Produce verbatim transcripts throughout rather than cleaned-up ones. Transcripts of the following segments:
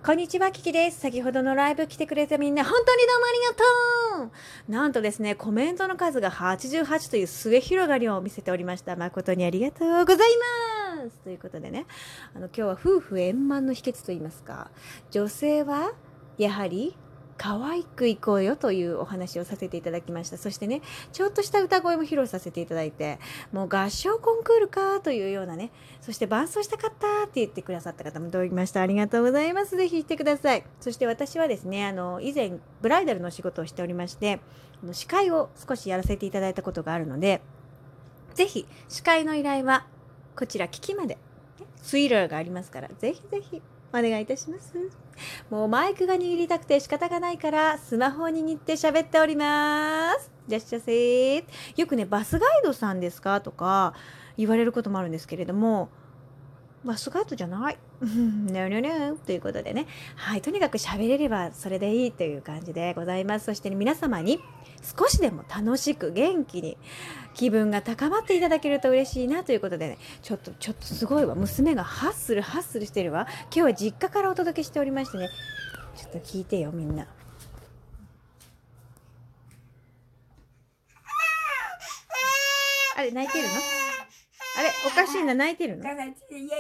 こんにちは、キキです。先ほどのライブ来てくれたみんな、本当にどうもありがとう。なんとですね、コメントの数がはちじゅうはちという末広がりを見せておりました。誠にありがとうございます。ということでね、あの今日は夫婦円満の秘訣といいますか、女性はやはり可愛くいこうよというお話をさせていただきました。そしてね、ちょっとした歌声も披露させていただいて、もう合唱コンクールかというようなね、そして伴奏したかったって言ってくださった方もどういました。ありがとうございます。ぜひ来てください。そして私はですね、あの以前ブライダルの仕事をしておりまして、司会を少しやらせていただいたことがあるので、ぜひ司会の依頼はこちら聞きまでスイーラーがありますから、ぜひぜひお願いいたします。もうマイクが握りたくて仕方がないからスマホを握って喋っております。いらっしゃせ。よくね、バスガイドさんですかとか言われることもあるんですけれども、バスガイドじゃない。no, no, no ということでね、はい、とにかく喋れればそれでいいという感じでございます。そして、ね、皆様に少しでも楽しく元気に気分が高まっていただけると嬉しいなということでね、ちょっとちょっとすごいわ。娘がハッスルハッスルしてるわ。今日は実家からお届けしておりましてね、ちょっと聞いてよみんな。あれ泣いてるの？あれおかしいな、泣いてるの？いるよ、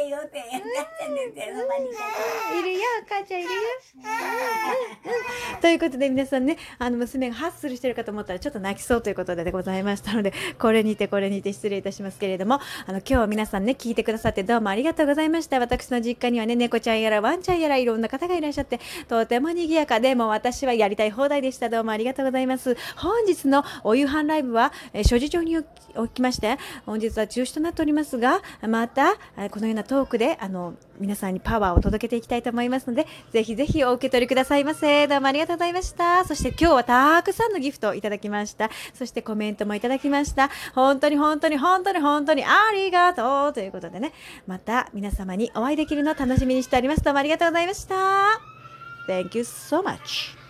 母ちゃんいるよ。ということで皆さんね、あの娘がハッスルしてるかと思ったらちょっと泣きそうということでございましたので、これにてこれにて失礼いたしますけれども、あの今日は皆さんね聞いてくださってどうもありがとうございました。私の実家にはね、猫ちゃんやらワンちゃんやらいろんな方がいらっしゃってとても賑やかで、も私はやりたい放題でした。どうもありがとうございます。本日のお夕飯ライブは、えー、諸事情におきまして本日は中止となっておりますが、またこのようなトークであの皆さんにパワーを届けていきたいと思いますので、ぜひぜひお受け取りくださいませ。どうもありがとうございました。そして今日はたくさんのギフトをいただきました。そしてコメントもいただきました。本当に本当に本当に本当にありがとうということでね、また皆様にお会いできるのを楽しみにしております。どうもありがとうございました。Thank you so much.